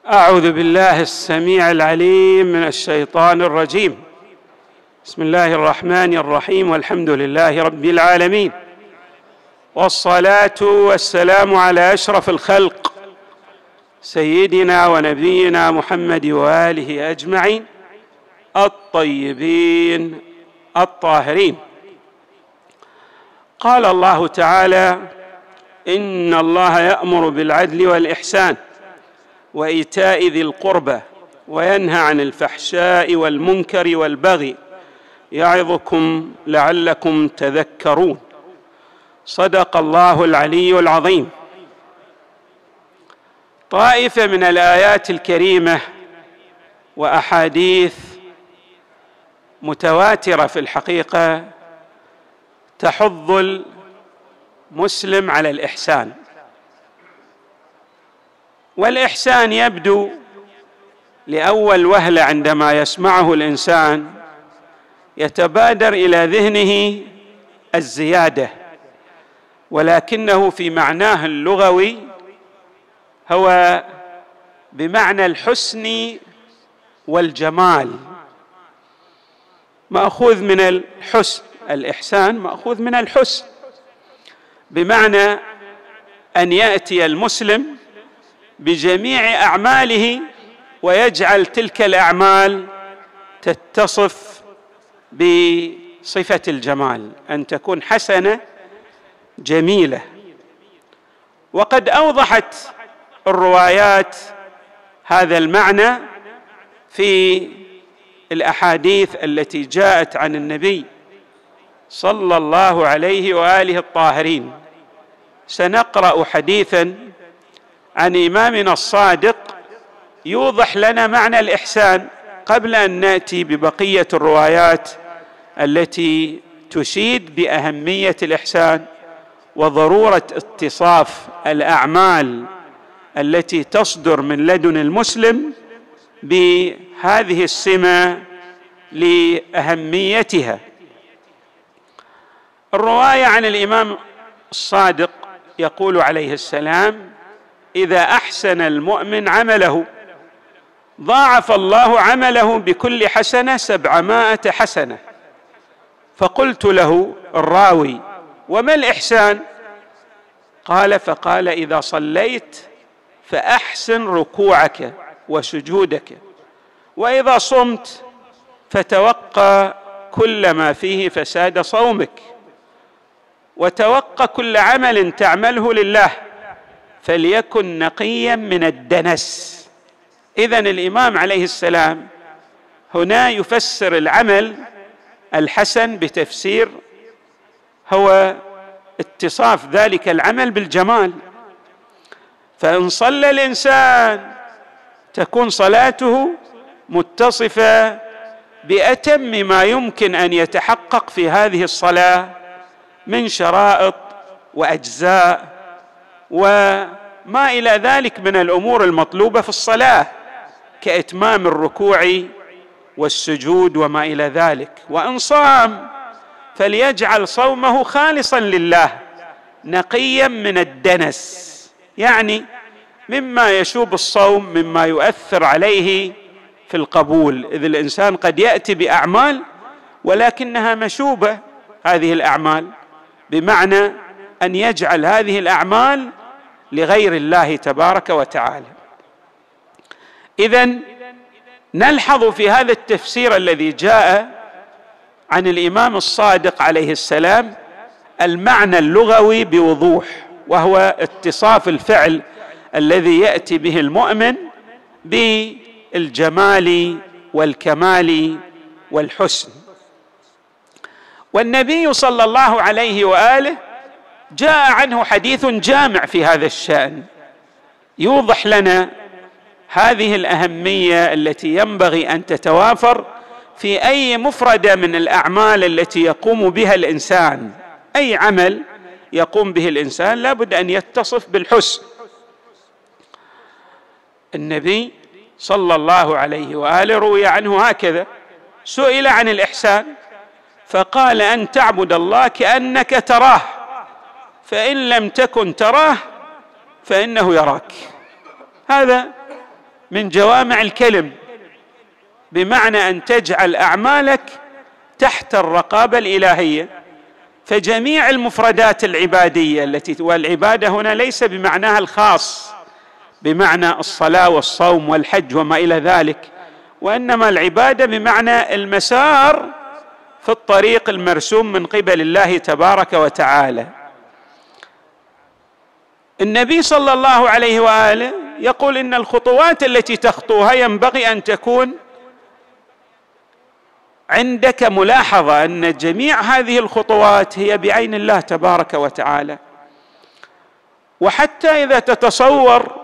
أعوذ بالله السميع العليم من الشيطان الرجيم. بسم الله الرحمن الرحيم، والحمد لله رب العالمين، والصلاة والسلام على أشرف الخلق سيدنا ونبينا محمد وآله أجمعين الطيبين الطاهرين. قال الله تعالى: إن الله يأمر بالعدل والإحسان وإيتاء ذي القربى وينهى عن الفحشاء والمنكر والبغي يعظكم لعلكم تذكرون. صدق الله العلي العظيم. طائفة من الآيات الكريمة وأحاديث متواترة في الحقيقة تحض المسلم على الإحسان، والإحسان يبدو لأول وهلة عندما يسمعه الإنسان يتبادر إلى ذهنه الزيادة، ولكنه في معناه اللغوي هو بمعنى الحسن والجمال، مأخوذ من الحسن. الإحسان مأخوذ من الحسن، بمعنى أن يأتي المسلم بجميع أعماله ويجعل تلك الأعمال تتصف بصفة الجمال، أن تكون حسنة جميلة. وقد أوضحت الروايات هذا المعنى في الأحاديث التي جاءت عن النبي صلى الله عليه وآله الطاهرين. سنقرأ حديثاً عن إمامنا الصادق يوضح لنا معنى الإحسان قبل أن نأتي ببقية الروايات التي تشيد بأهمية الإحسان وضرورة اتصاف الأعمال التي تصدر من لدن المسلم بهذه السمة لأهميتها. الرواية عن الإمام الصادق يقول عليه السلام: إذا أحسن المؤمن عمله ضاعف الله عمله بكل حسنة 700 حسنة. فقلت له الراوي: وما الإحسان؟ فقال: إذا صليت فأحسن ركوعك وسجودك، وإذا صمت فتوقى كل ما فيه فساد صومك، وتوقى كل عمل تعمله لله فليكن نقيا من الدنس. إذن الإمام عليه السلام هنا يفسر العمل الحسن بتفسير هو اتصاف ذلك العمل بالجمال. فإن صلى الإنسان تكون صلاته متصفة بأتم ما يمكن أن يتحقق في هذه الصلاة من شرائط وأجزاء وما إلى ذلك من الأمور المطلوبة في الصلاة، كإتمام الركوع والسجود وما إلى ذلك. وإن صام فليجعل صومه خالصا لله نقيا من الدنس، يعني مما يشوب الصوم، مما يؤثر عليه في القبول، إذ الإنسان قد يأتي بأعمال ولكنها مشوبة هذه الأعمال، بمعنى أن يجعل هذه الأعمال لغير الله تبارك وتعالى. إذن نلحظ في هذا التفسير الذي جاء عن الإمام الصادق عليه السلام المعنى اللغوي بوضوح، وهو اتصاف الفعل الذي يأتي به المؤمن بالجمال والكمال والحسن. والنبي صلى الله عليه وآله جاء عنه حديث جامع في هذا الشأن يوضح لنا هذه الأهمية التي ينبغي أن تتوافر في أي مفردة من الأعمال التي يقوم بها الإنسان. أي عمل يقوم به الإنسان لابد أن يتصف بالحسن. النبي صلى الله عليه وآله روي عنه هكذا: سئل عن الإحسان فقال: أن تعبد الله كأنك تراه، فإن لم تكن تراه فإنه يراك. هذا من جوامع الكلم، بمعنى أن تجعل أعمالك تحت الرقابة الإلهية. فجميع المفردات العبادية والعبادة هنا ليس بمعناها الخاص بمعنى الصلاة والصوم والحج وما إلى ذلك، وإنما العبادة بمعنى المسار في الطريق المرسوم من قبل الله تبارك وتعالى. النبي صلى الله عليه وآله يقول إن الخطوات التي تخطوها ينبغي أن تكون عندك ملاحظة أن جميع هذه الخطوات هي بعين الله تبارك وتعالى. وحتى إذا تتصور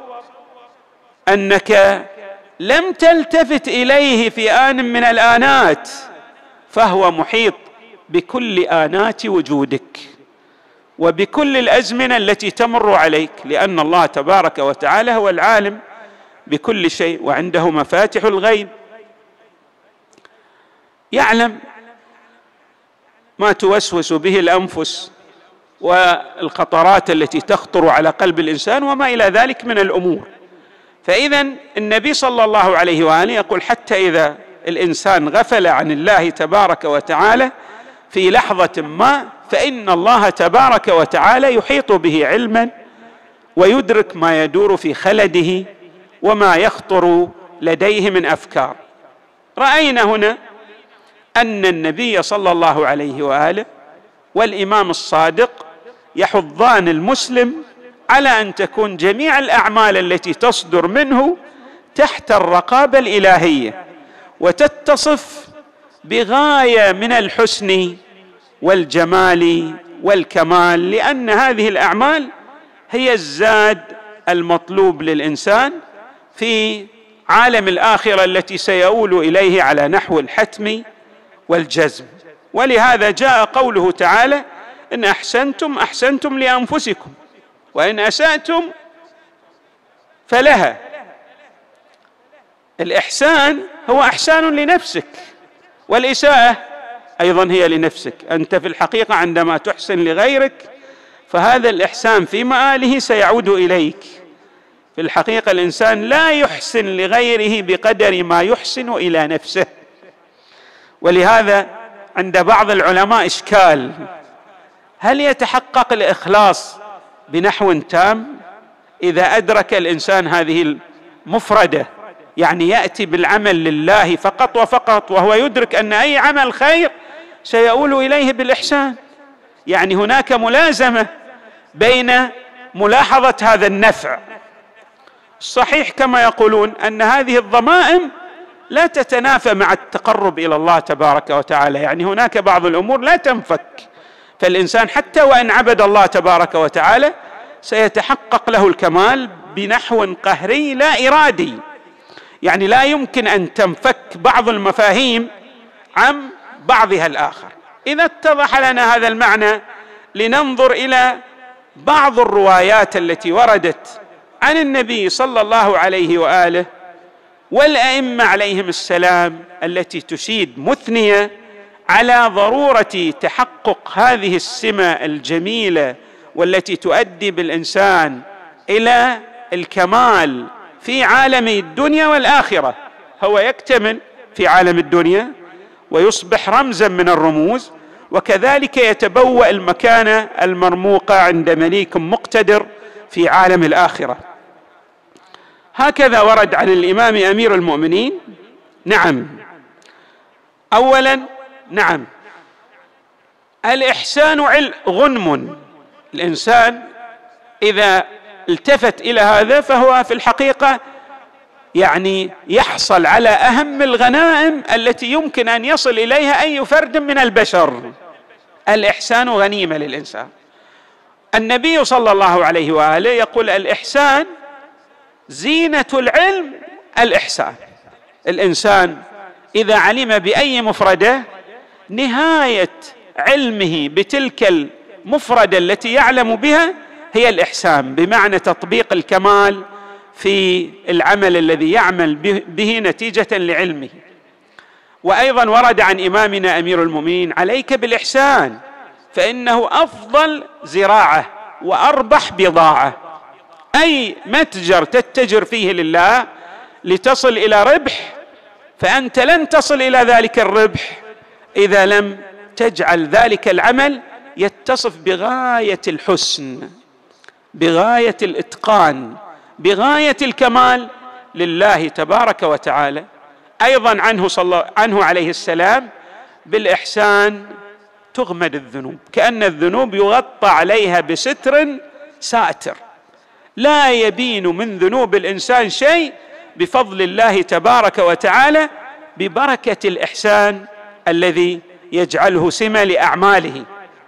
أنك لم تلتفت إليه في آن من الآنات، فهو محيط بكل آنات وجودك وبكل الأزمنة التي تمر عليك، لأن الله تبارك وتعالى هو العالم بكل شيء، وعنده مفاتح الغيب، يعلم ما توسوس به الأنفس والخطرات التي تخطر على قلب الإنسان وما إلى ذلك من الأمور. فإذا النبي صلى الله عليه وآله يقول حتى إذا الإنسان غفل عن الله تبارك وتعالى في لحظة ما، فإن الله تبارك وتعالى يحيط به علما ويدرك ما يدور في خلده وما يخطر لديه من أفكار. رأينا هنا أن النبي صلى الله عليه وآله والإمام الصادق يحضان المسلم على أن تكون جميع الأعمال التي تصدر منه تحت الرقابة الإلهية، وتتصف بغاية من الحسن والجمال والكمال، لأن هذه الأعمال هي الزاد المطلوب للإنسان في عالم الآخرة التي سيؤول إليه على نحو الحتم والجزم. ولهذا جاء قوله تعالى: إن أحسنتم أحسنتم لأنفسكم وإن أسأتم فلها. الإحسان هو إحسان لنفسك، والإساءة أيضا هي لنفسك. أنت في الحقيقة عندما تحسن لغيرك فهذا الإحسان في مآله سيعود إليك. في الحقيقة الإنسان لا يحسن لغيره بقدر ما يحسن إلى نفسه. ولهذا عند بعض العلماء إشكال: هل يتحقق الإخلاص بنحو تام إذا أدرك الإنسان هذه المفردة، يعني يأتي بالعمل لله فقط وفقط، وهو يدرك أن أي عمل خير سيؤول إليه بالإحسان؟ يعني هناك ملازمة بين ملاحظة هذا النفع. الصحيح كما يقولون أن هذه الضمائم لا تتنافى مع التقرب إلى الله تبارك وتعالى، يعني هناك بعض الأمور لا تنفك، فالإنسان حتى وإن عبد الله تبارك وتعالى سيتحقق له الكمال بنحو قهري لا إرادي، يعني لا يمكن أن تنفك بعض المفاهيم عن بعضها الآخر. إذا اتضح لنا هذا المعنى لننظر إلى بعض الروايات التي وردت عن النبي صلى الله عليه وآله والأئمة عليهم السلام، التي تشيد مثنية على ضرورة تحقق هذه السمة الجميلة والتي تؤدي بالإنسان إلى الكمال في عالم الدنيا والآخرة. هو يكتمل في عالم الدنيا ويصبح رمزا من الرموز، وكذلك يتبوأ المكانة المرموقة عند مليك مقتدر في عالم الآخرة. هكذا ورد عن الإمام أمير المؤمنين. نعم، أولا نعم، الإحسان غنم. الإنسان إذا التفت إلى هذا فهو في الحقيقة يعني يحصل على أهم الغنائم التي يمكن أن يصل إليها أي فرد من البشر. الإحسان غنيمة للإنسان. النبي صلى الله عليه وآله يقول: الإحسان زينة العلم. الإحسان، الإنسان إذا علم بأي مفردة نهاية علمه بتلك المفردة التي يعلم بها هي الإحسان، بمعنى تطبيق الكمال في العمل الذي يعمل به نتيجة لعلمه. وأيضا ورد عن إمامنا أمير المؤمنين: عليك بالإحسان فإنه أفضل زراعة وأربح بضاعة. أي متجر تتجر فيه لله لتصل إلى ربح، فأنت لن تصل إلى ذلك الربح إذا لم تجعل ذلك العمل يتصف بغاية الحسن، بغاية الإتقان، بغاية الكمال لله تبارك وتعالى. أيضا عنه عليه السلام: بالإحسان تغمد الذنوب، كأن الذنوب يغطى عليها بستر ساتر، لا يبين من ذنوب الإنسان شيء بفضل الله تبارك وتعالى، ببركة الإحسان الذي يجعله سمة لأعماله.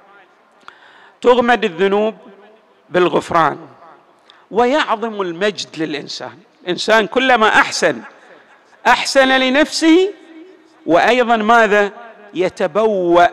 تغمد الذنوب بالغفران، ويعظم المجد للإنسان. الإنسان كلما أحسن لنفسه، وأيضا ماذا؟ يتبوأ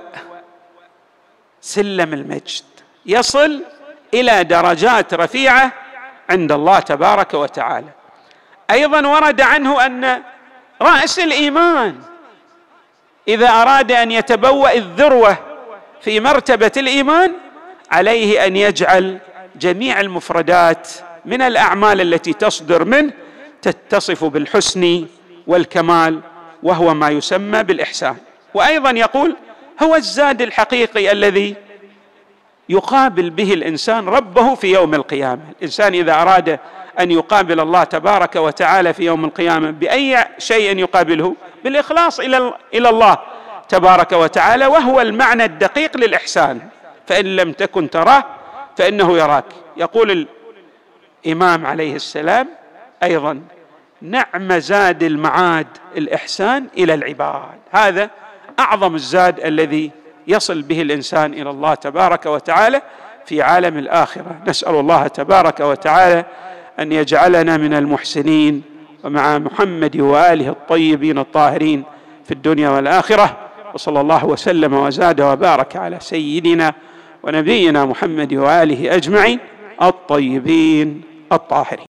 سلم المجد، يصل إلى درجات رفيعة عند الله تبارك وتعالى. أيضا ورد عنه أن رأس الإيمان إذا أراد أن يتبوأ الذروة في مرتبة الإيمان، عليه أن يجعل جميع المفردات من الأعمال التي تصدر منه تتصف بالحسن والكمال، وهو ما يسمى بالإحسان. وأيضا يقول: هو الزاد الحقيقي الذي يقابل به الإنسان ربه في يوم القيامة. الإنسان إذا أراد أن يقابل الله تبارك وتعالى في يوم القيامة بأي شيء يقابله؟ بالإخلاص إلى الله تبارك وتعالى، وهو المعنى الدقيق للإحسان. فإن لم تكن تراه فإنه يراك. يقول الإمام عليه السلام أيضا: نعم زاد المعاد الإحسان إلى العباد. هذا أعظم الزاد الذي يصل به الإنسان إلى الله تبارك وتعالى في عالم الآخرة. نسأل الله تبارك وتعالى أن يجعلنا من المحسنين ومع محمد وآله الطيبين الطاهرين في الدنيا والآخرة. وصلى الله وسلم وزاد وبارك على سيدنا ونبينا محمد وآله أجمعين الطيبين الطاهرين.